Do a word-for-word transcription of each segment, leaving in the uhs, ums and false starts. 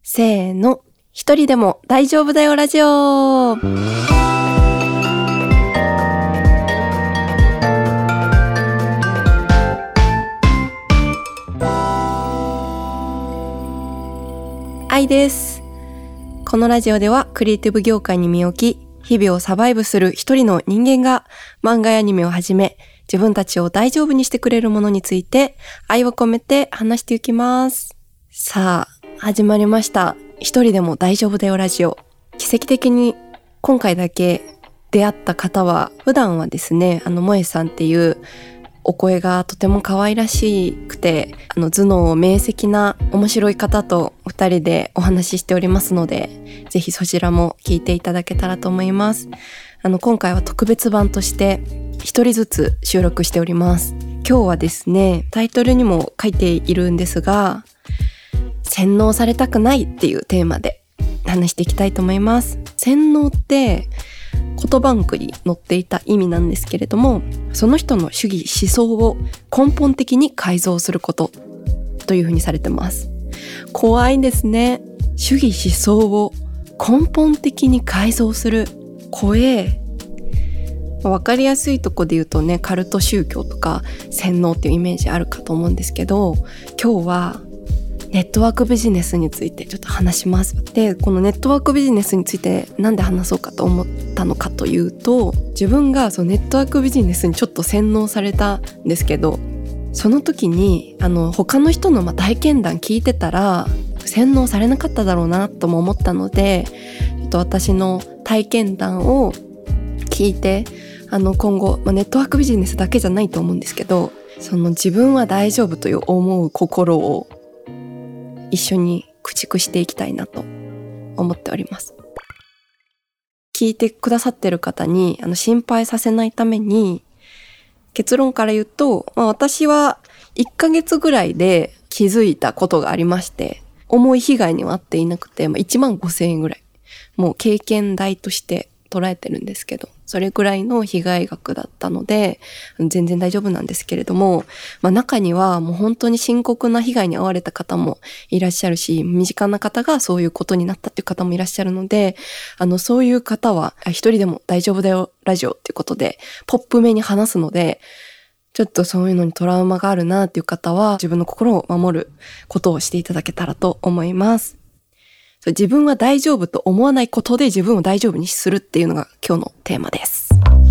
せーの、一人でも大丈夫だよラジオ。愛です。このラジオではクリエイティブ業界に身を置き、日々をサバイブする一人の人間が漫画やアニメをはじめ、自分たちを大丈夫にしてくれるものについて愛を込めて話していきます。さあ、始まりました。一人でも大丈夫だよラジオ。奇跡的に今回だけ出会った方は、普段はですね、あの萌えさんっていうお声がとても可愛らしくて、あの頭脳明晰な面白い方と二人でお話ししておりますので、ぜひそちらも聞いていただけたらと思います。あの今回は特別版として一人ずつ収録しております。今日はですね、タイトルにも書いているんですが、洗脳されたくないっていうテーマで話していきたいと思います。洗脳って言葉んくに載っていた意味なんですけれども、その人の主義思想を根本的に改造することというふうにされてます。怖いですね。主義思想を根本的に改造する。怖え。わかりやすいとこで言うとね、カルト宗教とか洗脳っていうイメージあるかと思うんですけど、今日はネットワークビジネスについてちょっと話します。で、このネットワークビジネスについてなんで話そうかと思ったのかというと、自分がそのネットワークビジネスにちょっと洗脳されたんですけど、その時にあの他の人のまあ体験談聞いてたら洗脳されなかっただろうなとも思ったので、ちょっと私の体験談を聞いて、あの今後、まあ、ネットワークビジネスだけじゃないと思うんですけど、その自分は大丈夫という思う心を一緒に駆逐していきたいなと思っております。聞いてくださってる方にあの心配させないために、結論から言うと、まあ、私はいっかげつぐらいで気づいたことがありまして、重い被害には遭っていなくて、まあ、いちまんごせんえんぐらいもう経験代として捉えてるんですけど、それぐらいの被害額だったので全然大丈夫なんですけれども、まあ、中にはもう本当に深刻な被害に遭われた方もいらっしゃるし、身近な方がそういうことになったっていう方もいらっしゃるので、あのそういう方は一人でも大丈夫だよラジオっていうことでポップめに話すので、ちょっとそういうのにトラウマがあるなっていう方は自分の心を守ることをしていただけたらと思います。自分は大丈夫と思わないことで自分を大丈夫にするっていうのが今日のテーマです。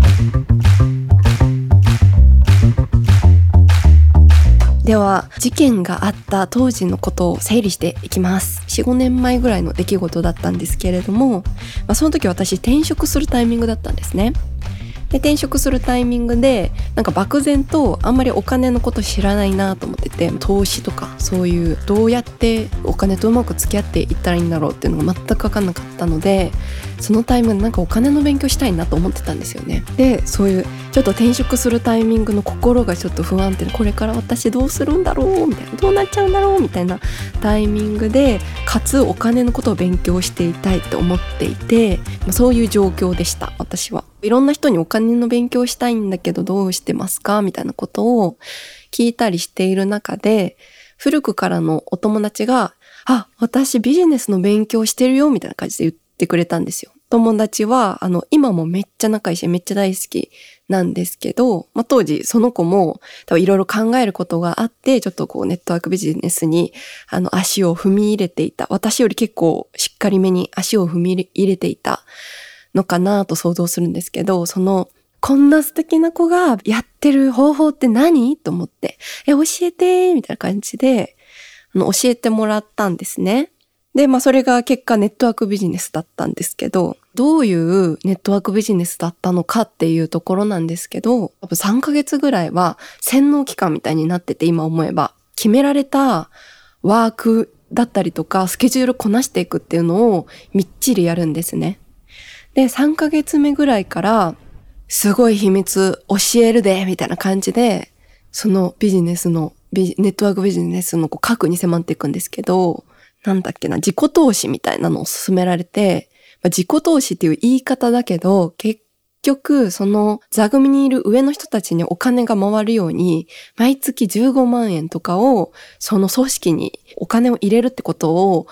では、事件があった当時のことを整理していきます。よん、ごねんまえぐらいの出来事だったんですけれども、まあ、その時私転職するタイミングだったんですね。で、転職するタイミングでなんか漠然とあんまりお金のこと知らないなと思ってて、投資とかそういうどうやってお金とうまく付き合っていったらいいんだろうっていうのが全く分かんなかったので、そのタイミングでなんかお金の勉強したいなと思ってたんですよね。で、そういうちょっと転職するタイミングの心がちょっと不安定で、これから私どうするんだろうみたいな、どうなっちゃうんだろうみたいなタイミングで、かつお金のことを勉強していたいと思っていて、そういう状況でした私は。いろんな人にお金の勉強したいんだけどどうしてますかみたいなことを聞いたりしている中で、古くからのお友達が、あ、私ビジネスの勉強してるよみたいな感じで言ってくれたんですよ。友達はあの今もめっちゃ仲いいしめっちゃ大好きなんですけど、まあ、当時その子も多分いろいろ考えることがあって、ちょっとこうネットワークビジネスにあの足を踏み入れていた、私より結構しっかりめに足を踏み入れていたのかなと想像するんですけど、そのこんな素敵な子がやってる方法って何と思って、え教えてみたいな感じであの教えてもらったんですね。で、まあそれが結果ネットワークビジネスだったんですけど、どういうネットワークビジネスだったのかっていうところなんですけど、多分さんかげつぐらいは洗脳期間みたいになってて、今思えば決められたワークだったりとかスケジュールこなしていくっていうのをみっちりやるんですね。で、さんかげつめぐらいからすごい秘密教えるでみたいな感じで、そのビジネスのネットワークビジネスのこう核に迫っていくんですけど、なんだっけな、自己投資みたいなのを勧められて、まあ、自己投資っていう言い方だけど、結局その座組にいる上の人たちにお金が回るように、毎月じゅうごまんえんとかをその組織にお金を入れるってことを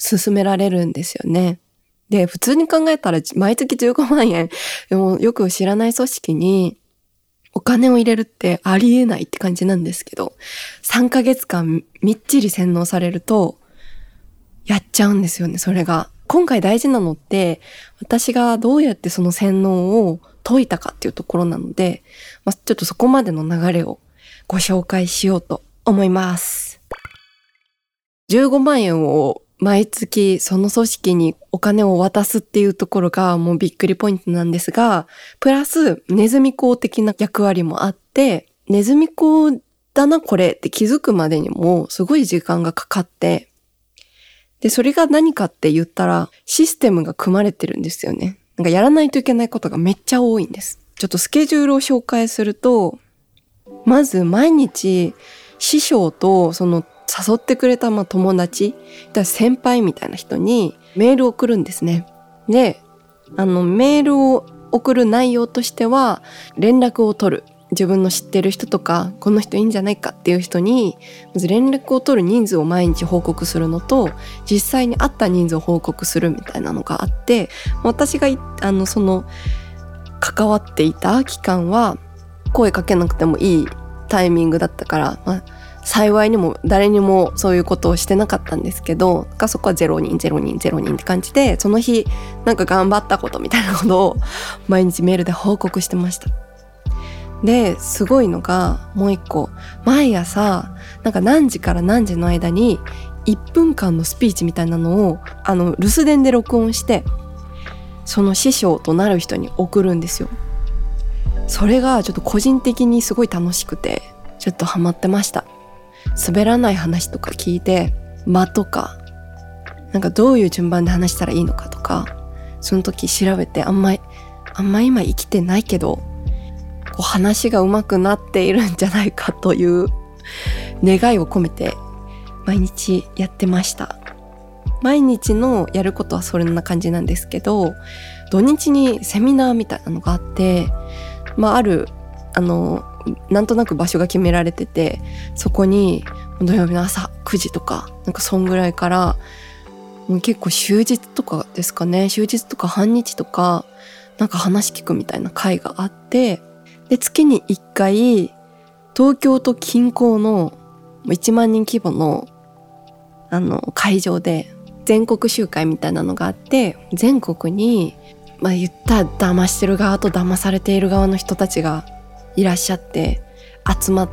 勧められるんですよね。で、普通に考えたら毎月じゅうごまんえん、でもよく知らない組織にお金を入れるってありえないって感じなんですけど、さんかげつかんみっちり洗脳されるとやっちゃうんですよね、それが。今回大事なのって、私がどうやってその洗脳を解いたかっていうところなので、まあ、ちょっとそこまでの流れをご紹介しようと思います。じゅうごまんえんを毎月その組織にお金を渡すっていうところがもうびっくりポイントなんですが、プラスネズミ講的な役割もあって、ネズミ講だなこれって気づくまでにもすごい時間がかかって、で、それが何かって言ったらシステムが組まれてるんですよね。なんかやらないといけないことがめっちゃ多いんです。ちょっとスケジュールを紹介すると、まず毎日師匠とその誘ってくれたまあ友達、先輩みたいな人にメールを送るんですね。で、あのメールを送る内容としては連絡を取る。自分の知ってる人とかこの人いいんじゃないかっていう人にまず連絡を取る人数を毎日報告するのと、実際に会った人数を報告するみたいなのがあって、私があのその関わっていた期間は声かけなくてもいいタイミングだったから、まあ、幸いにも誰にもそういうことをしてなかったんですけど、そこはゼロにんゼロにんゼロにんって感じで、その日なんか頑張ったことみたいなことを毎日メールで報告してました。で、すごいのがもう一個、毎朝なんか何時から何時の間にいっぷんかんのスピーチみたいなのをあの留守電で録音してその師匠となる人に送るんですよ。それがちょっと個人的にすごい楽しくてちょっとハマってました。滑らない話とか聞いて、間とかなんかどういう順番で話したらいいのかとか、その時調べて、あんまりあんま今生きてないけどこう話が上手くなっているんじゃないかという願いを込めて毎日やってました。毎日のやることはそんな感じなんですけど、土日にセミナーみたいなのがあって、まああるあのなんとなく場所が決められてて、そこに土曜日の朝くじとかなんかそんぐらいからもう結構終日とかですかね、終日とか半日とかなんか話聞くみたいな会があって、で月にいっかい東京都近郊のいちまんにん規模のあの会場で全国集会みたいなのがあって、全国にまあ言ったら騙してる側と騙されている側の人たちがいらっしゃって集まって、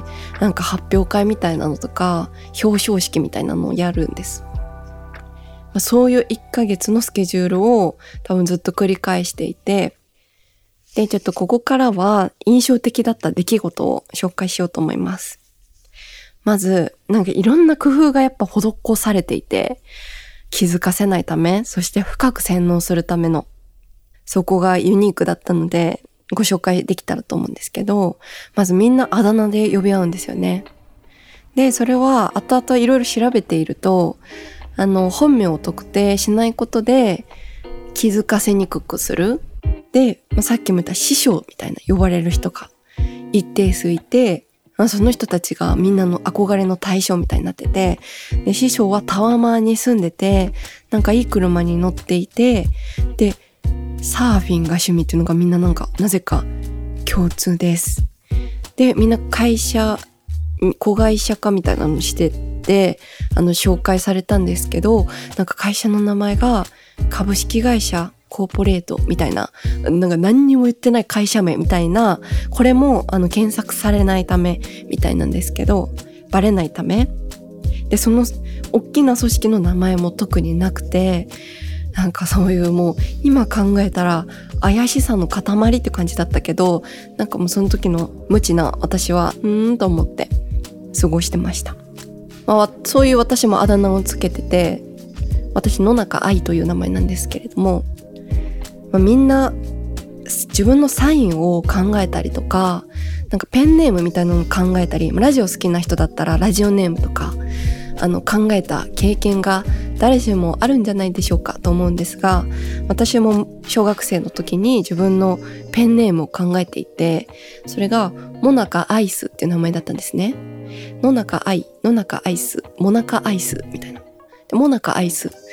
なんか発表会みたいなのとか表彰式みたいなのをやるんです。まあ、そういういっかげつのスケジュールを多分ずっと繰り返していて、でちょっとここからは印象的だった出来事を紹介しようと思います。まずなんかいろんな工夫がやっぱ施されていて、気づかせないため、そして深く洗脳するための、そこがユニークだったのでご紹介できたらと思うんですけど、まずみんなあだ名で呼び合うんですよね。でそれは後々いろいろ調べていると、あの本名を特定しないことで気づかせにくくする。で、まあ、さっきも言った師匠みたいな呼ばれる人が一定数いて、まあ、その人たちがみんなの憧れの対象みたいになってて、で師匠はタワマンに住んでて、なんかいい車に乗っていて、でサーフィンが趣味っていうのがみんななんかなぜか共通です。でみんな会社子会社化みたいなのしてて、あの紹介されたんですけど、なんか会社の名前が株式会社コーポレートみたいな、なんか何にも言ってない会社名みたいな、これもあの検索されないためみたいなんですけど、バレないためで、その大きな組織の名前も特になくて、なんかそういうもう今考えたら怪しさの塊って感じだったけど、なんかもうその時の無知な私はうーんと思って過ごしてました。まあ、そういう私もあだ名をつけてて、私野中愛という名前なんですけれども、まあ、みんな自分のサインを考えたりとか、なんかペンネームみたいなのを考えたり、ラジオ好きな人だったらラジオネームとかあの考えた経験が誰しもあるんじゃないでしょうかと思うんですが、私も小学生の時に自分のペンネームを考えていて、それがモナカアイスっていう名前だったんですね。野中愛、野中アイス、モナカアイスみたいな。でモナカアイス、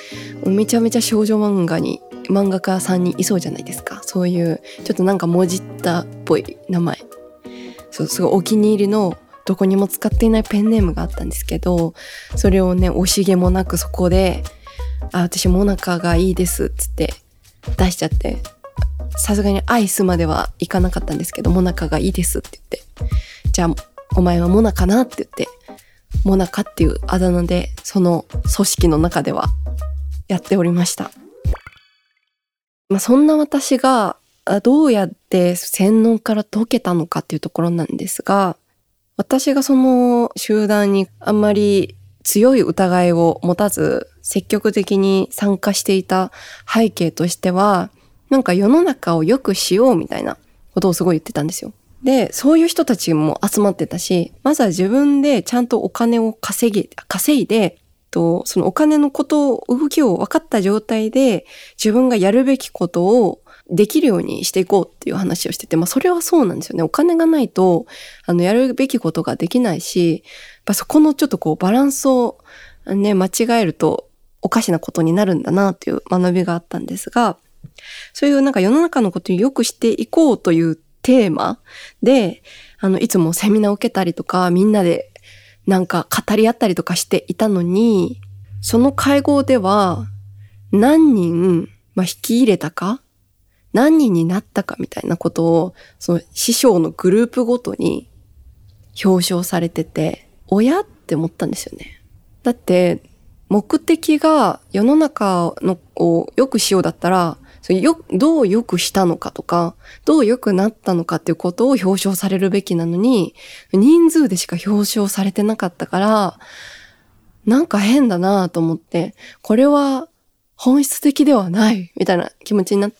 めちゃめちゃ少女漫画に漫画家さんにいそうじゃないですか。そういうちょっとなんかもじったっぽい名前、そうすごいお気に入りのどこにも使っていないペンネームがあったんですけど、それをね惜しげもなくそこであ私モナカがいいですっつって出しちゃって、さすがにアイスまではいかなかったんですけどモナカがいいですって言って、じゃあお前はモナカなって言ってモナカっていうあだ名でその組織の中ではやっておりました。まあ、そんな私がどうやって洗脳から解けたのかっていうところなんですが、私がその集団にあんまり強い疑いを持たず積極的に参加していた背景としては、なんか世の中を良くしようみたいなことをすごい言ってたんですよ。で、そういう人たちも集まってたし、まずは自分でちゃんとお金を稼ぎ、稼いで、とそのお金のこと動きを分かった状態で自分がやるべきことをできるようにしていこうっていう話をしてて、まあそれはそうなんですよね。お金がないとあのやるべきことができないし、やっぱそこのちょっとこうバランスをね間違えるとおかしなことになるんだなっていう学びがあったんですが、そういうなんか世の中のことを良くしていこうというテーマであのいつもセミナーを受けたりとかみんなでなんか語り合ったりとかしていたのに、その会合では何人、まあ、引き入れたか何人になったかみたいなことをその師匠のグループごとに表彰されてて、おやって思ったんですよね。だって目的が世の中のを良くしようだったら、それよどう良くしたのかとかどう良くなったのかっていうことを表彰されるべきなのに、人数でしか表彰されてなかったからなんか変だなと思って、これは本質的ではないみたいな気持ちになって、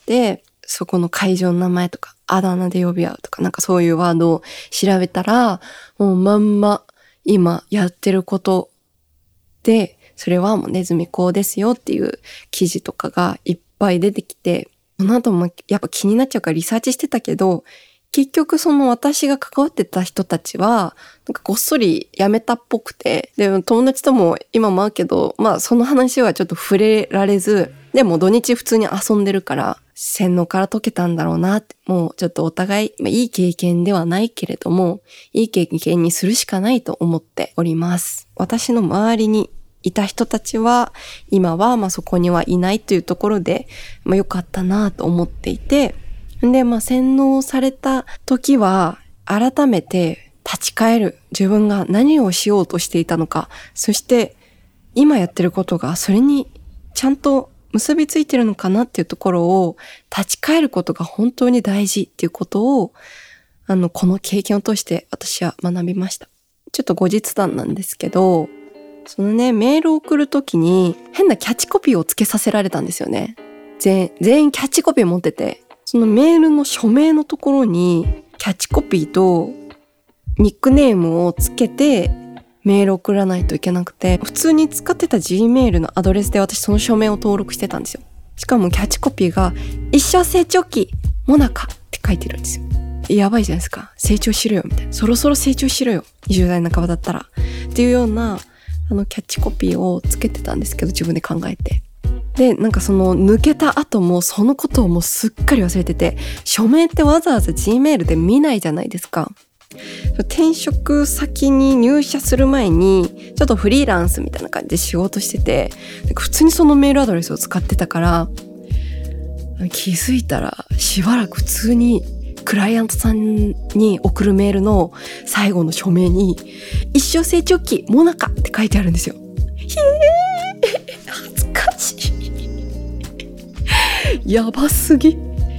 そこの会場の名前とかあだ名で呼び合うとかなんかそういうワードを調べたら、もうまんま今やってることで、それはもうネズミ講ですよっていう記事とかがいっぱい出てきて、その後もやっぱ気になっちゃうからリサーチしてたけど、結局その私が関わってた人たちはなんかごっそりやめたっぽくて、で友達とも今も会うけど、まあその話はちょっと触れられず、でも土日普通に遊んでるから洗脳から解けたんだろうなって、もうちょっとお互い、まあ、いい経験ではないけれどもいい経験にするしかないと思っております。私の周りにいた人たちは今はまあそこにはいないというところで、まあ、よかったなと思っていて、でまあ洗脳された時は改めて立ち返る、自分が何をしようとしていたのか、そして今やってることがそれにちゃんと結びついてるのかなっていうところを立ち返ることが本当に大事っていうことをあのこの経験を通して私は学びました。ちょっと後日談なんですけど、そのねメールを送るときに変なキャッチコピーをつけさせられたんですよね。全全員キャッチコピー持ってて、そのメールの署名のところにキャッチコピーとニックネームをつけてメール送らないといけなくて、普通に使ってた Gmail のアドレスで私その署名を登録してたんですよ。しかもキャッチコピーが一生成長期モナカって書いてるんですよ。やばいじゃないですか。成長しろよみたいな、そろそろ成長しろよにじゅう代半ばだったらっていうようなあのキャッチコピーをつけてたんですけど、自分で考えて、でなんかその抜けた後もそのことをもうすっかり忘れてて、署名ってわざわざ Gmail で見ないじゃないですか。転職先に入社する前にちょっとフリーランスみたいな感じで仕事してて、普通にそのメールアドレスを使ってたから、気づいたらしばらく普通にクライアントさんに送るメールの最後の署名に一生成長期モナカって書いてあるんですよ。へー恥ずかしいやばすぎ。い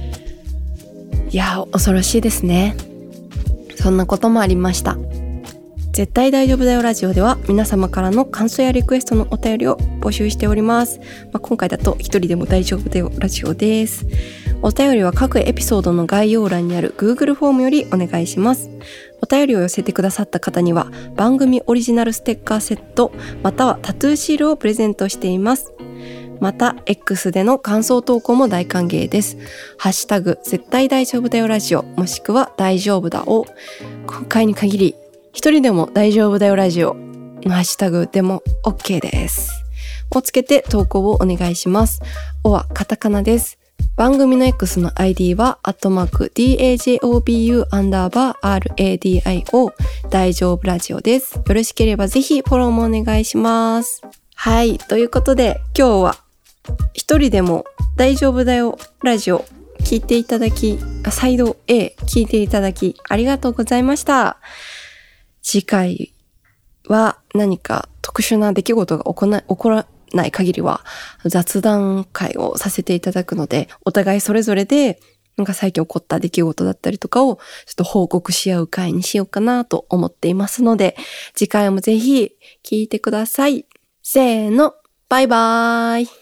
や恐ろしいですね。そんなこともありました。絶対大丈夫だよラジオでは皆様からの感想やリクエストのお便りを募集しております。まあ、今回だと一人でも大丈夫だよラジオです。お便りは各エピソードの概要欄にある Google フォームよりお願いします。お便りを寄せてくださった方には番組オリジナルステッカーセットまたはタトゥーシールをプレゼントしています。また X での感想投稿も大歓迎です。ハッシュタグ絶対大丈夫だよラジオもしくは大丈夫だを今回に限り一人でも大丈夫だよラジオのハッシュタグでも OK です。 をつけて投稿をお願いします。おはカタカナです。番組の X の アイディー は、アットマーク、ダジョブ アンダーバー アールエーディーアイオー、大丈夫ラジオです。よろしければぜひフォローもお願いします。はい、ということで、今日は、一人でも大丈夫だよラジオ、聞いていただき、サイド A 聞いていただき、ありがとうございました。次回は何か特殊な出来事が起こな、起こらない限りは雑談会をさせていただくので、お互いそれぞれでなんか最近起こった出来事だったりとかをちょっと報告し合う会にしようかなと思っていますので、次回もぜひ聞いてください。せーの、バイバーイ。